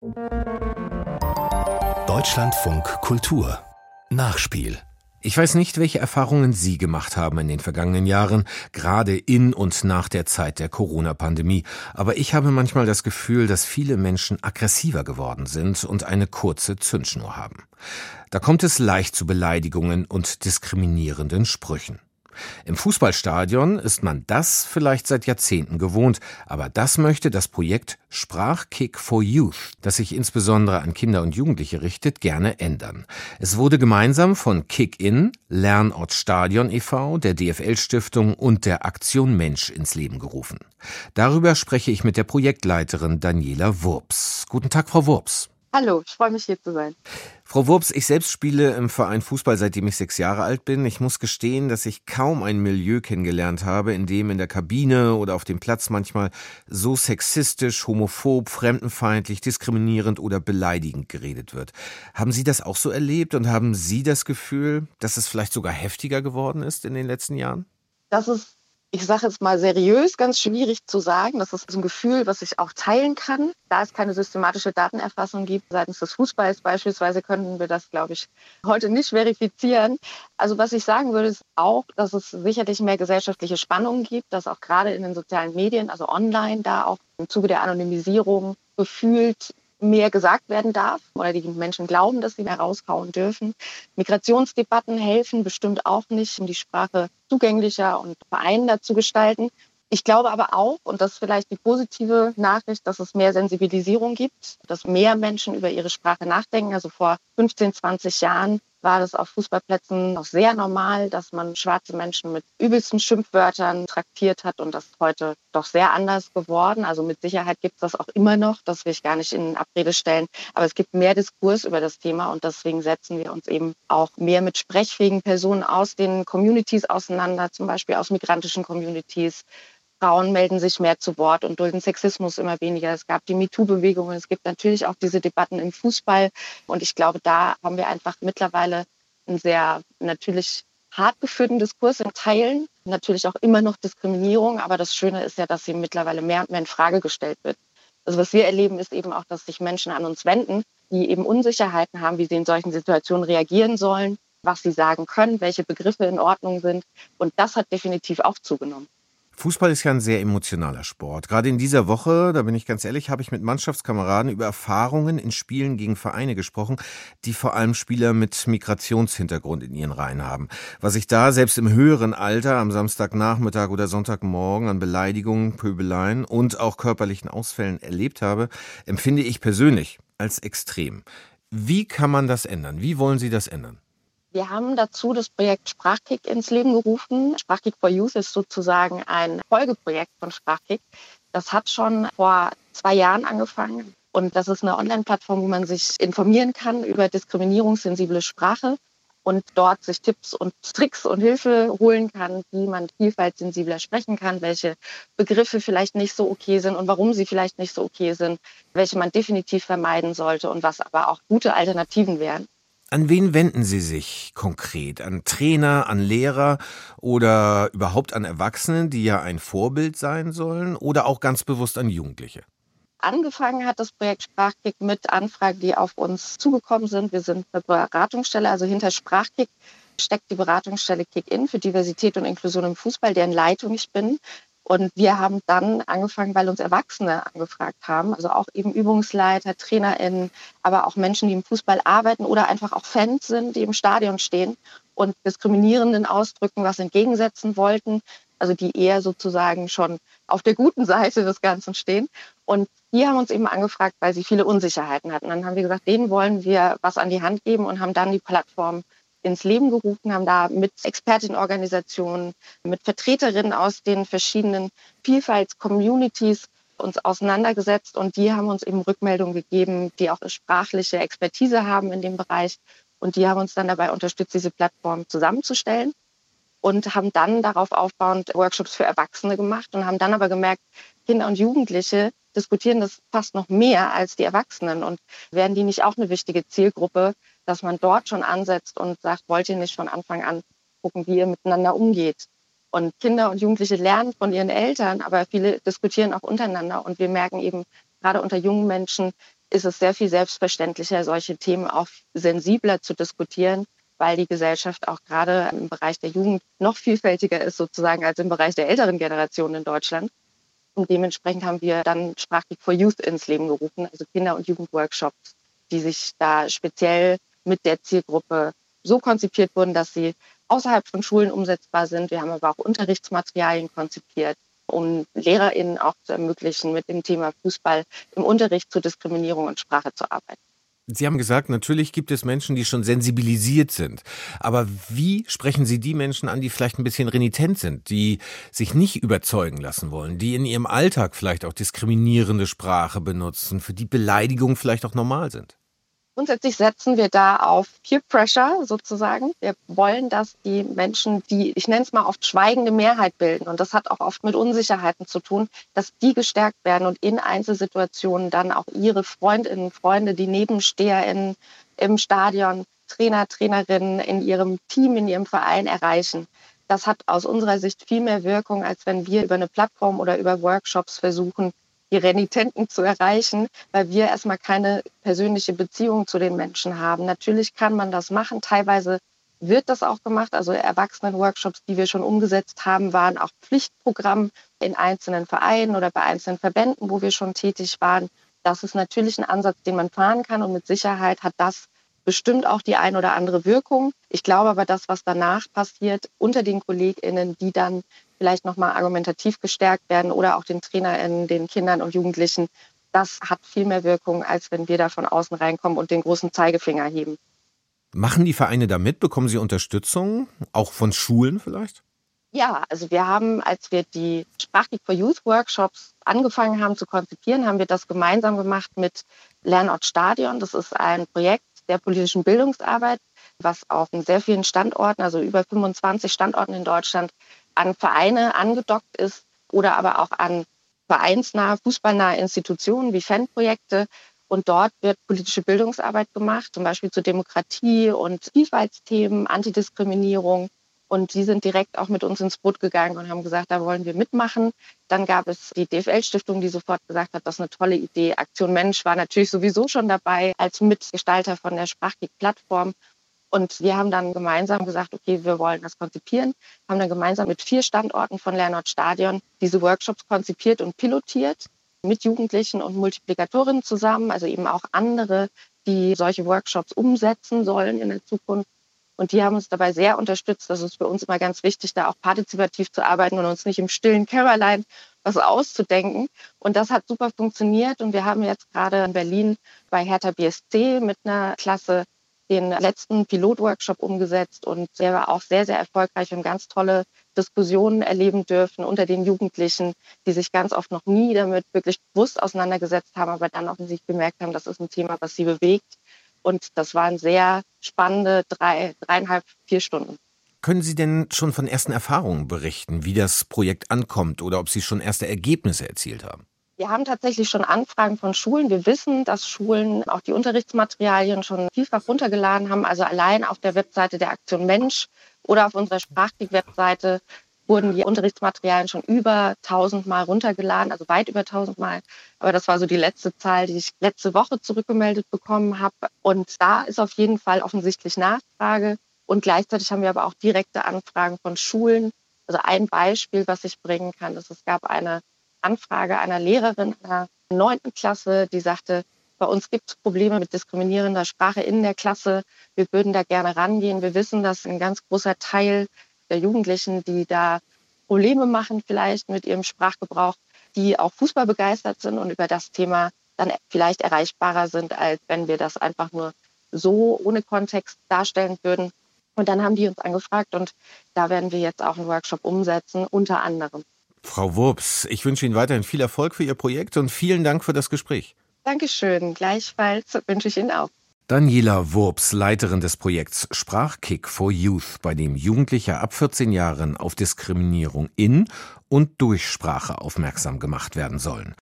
Deutschlandfunk Kultur Nachspiel. Ich weiß nicht, welche Erfahrungen Sie gemacht haben in den vergangenen Jahren, gerade in und nach der Zeit der Corona-Pandemie. Aber ich habe manchmal das Gefühl, dass viele Menschen aggressiver geworden sind und eine kurze Zündschnur haben. Da kommt es leicht zu Beleidigungen und diskriminierenden Sprüchen. Im Fußballstadion ist man das vielleicht seit Jahrzehnten gewohnt, aber das möchte das Projekt Sprachkick for Youth, das sich insbesondere an Kinder und Jugendliche richtet, gerne ändern. Es wurde gemeinsam von Kick-In, Lernort Stadion e.V., der DFL-Stiftung und der Aktion Mensch ins Leben gerufen. Darüber spreche ich mit der Projektleiterin Daniela Wurps. Guten Tag, Frau Wurps. Hallo, ich freue mich, hier zu sein. Frau Wurps, ich selbst spiele im Verein Fußball, seitdem ich 6 Jahre alt bin. Ich muss gestehen, dass ich kaum ein Milieu kennengelernt habe, in dem in der Kabine oder auf dem Platz manchmal so sexistisch, homophob, fremdenfeindlich, diskriminierend oder beleidigend geredet wird. Haben Sie das auch so erlebt und haben Sie das Gefühl, dass es vielleicht sogar heftiger geworden ist in den letzten Jahren? Das ist, ich sage jetzt mal seriös, ganz schwierig zu sagen. Das ist so ein Gefühl, was ich auch teilen kann. Da es keine systematische Datenerfassung gibt, seitens des Fußballs beispielsweise, könnten wir das, glaube ich, heute nicht verifizieren. Also was ich sagen würde, ist auch, dass es sicherlich mehr gesellschaftliche Spannungen gibt, dass auch gerade in den sozialen Medien, also online, da auch im Zuge der Anonymisierung gefühlt mehr gesagt werden darf oder die Menschen glauben, dass sie mehr raushauen dürfen. Migrationsdebatten helfen bestimmt auch nicht, um die Sprache zugänglicher und vereinender zu gestalten. Ich glaube aber auch, und das ist vielleicht die positive Nachricht, dass es mehr Sensibilisierung gibt, dass mehr Menschen über ihre Sprache nachdenken. Also vor 15, 20 Jahren war das auf Fußballplätzen noch sehr normal, dass man schwarze Menschen mit übelsten Schimpfwörtern traktiert hat. Und das ist heute doch sehr anders geworden. Also mit Sicherheit gibt es das auch immer noch, das will ich gar nicht in Abrede stellen. Aber es gibt mehr Diskurs über das Thema und deswegen setzen wir uns eben auch mehr mit sprechfähigen Personen aus den Communities auseinander, zum Beispiel aus migrantischen Communities. Frauen melden sich mehr zu Wort und dulden Sexismus immer weniger. Es gab die MeToo-Bewegung, es gibt natürlich auch diese Debatten im Fußball. Und ich glaube, da haben wir einfach mittlerweile einen sehr natürlich hart geführten Diskurs in Teilen. Natürlich auch immer noch Diskriminierung, aber das Schöne ist ja, dass sie mittlerweile mehr und mehr in Frage gestellt wird. Also was wir erleben, ist eben auch, dass sich Menschen an uns wenden, die eben Unsicherheiten haben, wie sie in solchen Situationen reagieren sollen, was sie sagen können, welche Begriffe in Ordnung sind. Und das hat definitiv auch zugenommen. Fußball ist ja ein sehr emotionaler Sport. Gerade in dieser Woche, da bin ich ganz ehrlich, habe ich mit Mannschaftskameraden über Erfahrungen in Spielen gegen Vereine gesprochen, die vor allem Spieler mit Migrationshintergrund in ihren Reihen haben. Was ich da selbst im höheren Alter am Samstagnachmittag oder Sonntagmorgen an Beleidigungen, Pöbeleien und auch körperlichen Ausfällen erlebt habe, empfinde ich persönlich als extrem. Wie kann man das ändern? Wie wollen Sie das ändern? Wir haben dazu das Projekt Sprachkick ins Leben gerufen. Sprachkick for Youth ist sozusagen ein Folgeprojekt von Sprachkick. Das hat schon vor 2 Jahren angefangen. Und das ist eine Online-Plattform, wo man sich informieren kann über diskriminierungssensible Sprache und dort sich Tipps und Tricks und Hilfe holen kann, wie man vielfaltssensibler sprechen kann, welche Begriffe vielleicht nicht so okay sind und warum sie vielleicht nicht so okay sind, welche man definitiv vermeiden sollte und was aber auch gute Alternativen wären. An wen wenden Sie sich konkret? An Trainer, an Lehrer oder überhaupt an Erwachsene, die ja ein Vorbild sein sollen, oder auch ganz bewusst an Jugendliche? Angefangen hat das Projekt Sprachkick mit Anfragen, die auf uns zugekommen sind. Wir sind eine Beratungsstelle, also hinter Sprachkick steckt die Beratungsstelle Kick-In für Diversität und Inklusion im Fußball, deren Leitung ich bin. Und wir haben dann angefangen, weil uns Erwachsene angefragt haben, also auch eben Übungsleiter, TrainerInnen, aber auch Menschen, die im Fußball arbeiten oder einfach auch Fans sind, die im Stadion stehen und diskriminierenden Ausdrücken was entgegensetzen wollten, also die eher sozusagen schon auf der guten Seite des Ganzen stehen. Und die haben uns eben angefragt, weil sie viele Unsicherheiten hatten. Dann haben wir gesagt, denen wollen wir was an die Hand geben und haben dann die Plattform ins Leben gerufen, haben da mit Expertinnenorganisationen, mit Vertreterinnen aus den verschiedenen Vielfalt-Communities uns auseinandergesetzt und die haben uns eben Rückmeldungen gegeben, die auch sprachliche Expertise haben in dem Bereich und die haben uns dann dabei unterstützt, diese Plattform zusammenzustellen und haben dann darauf aufbauend Workshops für Erwachsene gemacht und haben dann aber gemerkt, Kinder und Jugendliche diskutieren das fast noch mehr als die Erwachsenen und wären die nicht auch eine wichtige Zielgruppe, dass man dort schon ansetzt und sagt, wollt ihr nicht von Anfang an gucken, wie ihr miteinander umgeht. Und Kinder und Jugendliche lernen von ihren Eltern, aber viele diskutieren auch untereinander. Und wir merken eben gerade unter jungen Menschen, ist es sehr viel selbstverständlicher, solche Themen auch sensibler zu diskutieren, weil die Gesellschaft auch gerade im Bereich der Jugend noch vielfältiger ist sozusagen als im Bereich der älteren Generation in Deutschland. Und dementsprechend haben wir dann Sprachkick for Youth ins Leben gerufen, also Kinder- und Jugendworkshops, die sich da speziell mit der Zielgruppe so konzipiert wurden, dass sie außerhalb von Schulen umsetzbar sind. Wir haben aber auch Unterrichtsmaterialien konzipiert, um LehrerInnen auch zu ermöglichen, mit dem Thema Fußball im Unterricht zu Diskriminierung und Sprache zu arbeiten. Sie haben gesagt, natürlich gibt es Menschen, die schon sensibilisiert sind. Aber wie sprechen Sie die Menschen an, die vielleicht ein bisschen renitent sind, die sich nicht überzeugen lassen wollen, die in ihrem Alltag vielleicht auch diskriminierende Sprache benutzen, für die Beleidigungen vielleicht auch normal sind? Grundsätzlich setzen wir da auf Peer Pressure sozusagen. Wir wollen, dass die Menschen, die, ich nenne es mal oft schweigende Mehrheit bilden, und das hat auch oft mit Unsicherheiten zu tun, dass die gestärkt werden und in Einzelsituationen dann auch ihre Freundinnen, Freunde, die NebensteherInnen im Stadion, Trainer, Trainerinnen in ihrem Team, in ihrem Verein erreichen. Das hat aus unserer Sicht viel mehr Wirkung, als wenn wir über eine Plattform oder über Workshops versuchen, die Renitenten zu erreichen, weil wir erstmal keine persönliche Beziehung zu den Menschen haben. Natürlich kann man das machen. Teilweise wird das auch gemacht. Also Erwachsenen-Workshops, die wir schon umgesetzt haben, waren auch Pflichtprogramm in einzelnen Vereinen oder bei einzelnen Verbänden, wo wir schon tätig waren. Das ist natürlich ein Ansatz, den man fahren kann, und mit Sicherheit hat das bestimmt auch die ein oder andere Wirkung. Ich glaube aber, das, was danach passiert unter den KollegInnen, die dann vielleicht nochmal argumentativ gestärkt werden oder auch den TrainerInnen, den Kindern und Jugendlichen, das hat viel mehr Wirkung, als wenn wir da von außen reinkommen und den großen Zeigefinger heben. Machen die Vereine da mit? Bekommen sie Unterstützung? Auch von Schulen vielleicht? Ja, also wir haben, als wir die Sprachkick for Youth Workshops angefangen haben zu konzipieren, haben wir das gemeinsam gemacht mit Lernort Stadion. Das ist ein Projekt der politischen Bildungsarbeit, was auf sehr vielen Standorten, also über 25 Standorten in Deutschland, an Vereine angedockt ist oder aber auch an vereinsnahe, fußballnahe Institutionen wie Fanprojekte. Und dort wird politische Bildungsarbeit gemacht, zum Beispiel zu Demokratie und Vielfaltsthemen, Antidiskriminierung. Und die sind direkt auch mit uns ins Boot gegangen und haben gesagt, da wollen wir mitmachen. Dann gab es die DFL-Stiftung, die sofort gesagt hat, das ist eine tolle Idee. Aktion Mensch war natürlich sowieso schon dabei als Mitgestalter von der Sprachkick-Plattform. Und wir haben dann gemeinsam gesagt, okay, wir wollen das konzipieren, haben dann gemeinsam mit 4 Standorten von Lernort Stadion diese Workshops konzipiert und pilotiert mit Jugendlichen und Multiplikatorinnen zusammen, also eben auch andere, die solche Workshops umsetzen sollen in der Zukunft. Und die haben uns dabei sehr unterstützt. Das ist für uns immer ganz wichtig, da auch partizipativ zu arbeiten und uns nicht im stillen Kämmerlein was auszudenken. Und das hat super funktioniert. Und wir haben jetzt gerade in Berlin bei Hertha BSC mit einer Klasse den letzten Pilotworkshop umgesetzt und der war auch sehr, sehr erfolgreich. Wir haben ganz tolle Diskussionen erleben dürfen unter den Jugendlichen, die sich ganz oft noch nie damit wirklich bewusst auseinandergesetzt haben, aber dann offensichtlich gemerkt haben, das ist ein Thema, was sie bewegt. Und das waren sehr spannende 3,5, 4 Stunden. Können Sie denn schon von ersten Erfahrungen berichten, wie das Projekt ankommt oder ob Sie schon erste Ergebnisse erzielt haben? Wir haben tatsächlich schon Anfragen von Schulen. Wir wissen, dass Schulen auch die Unterrichtsmaterialien schon vielfach runtergeladen haben. Also allein auf der Webseite der Aktion Mensch oder auf unserer Sprachkick-Webseite wurden die Unterrichtsmaterialien schon über 1000 Mal runtergeladen, also weit über 1000 Mal. Aber das war so die letzte Zahl, die ich letzte Woche zurückgemeldet bekommen habe. Und da ist auf jeden Fall offensichtlich Nachfrage. Und gleichzeitig haben wir aber auch direkte Anfragen von Schulen. Also ein Beispiel, was ich bringen kann, ist, es gab eine Anfrage einer Lehrerin einer 9. Klasse, die sagte, bei uns gibt es Probleme mit diskriminierender Sprache in der Klasse. Wir würden da gerne rangehen. Wir wissen, dass ein ganz großer Teil der Jugendlichen, die da Probleme machen vielleicht mit ihrem Sprachgebrauch, die auch Fußball begeistert sind und über das Thema dann vielleicht erreichbarer sind, als wenn wir das einfach nur so ohne Kontext darstellen würden. Und dann haben die uns angefragt und da werden wir jetzt auch einen Workshop umsetzen, unter anderem. Frau Wurps, ich wünsche Ihnen weiterhin viel Erfolg für Ihr Projekt und vielen Dank für das Gespräch. Dankeschön, gleichfalls wünsche ich Ihnen auch. Daniela Wurps, Leiterin des Projekts Sprachkick for Youth, bei dem Jugendliche ab 14 Jahren auf Diskriminierung in und durch Sprache aufmerksam gemacht werden sollen.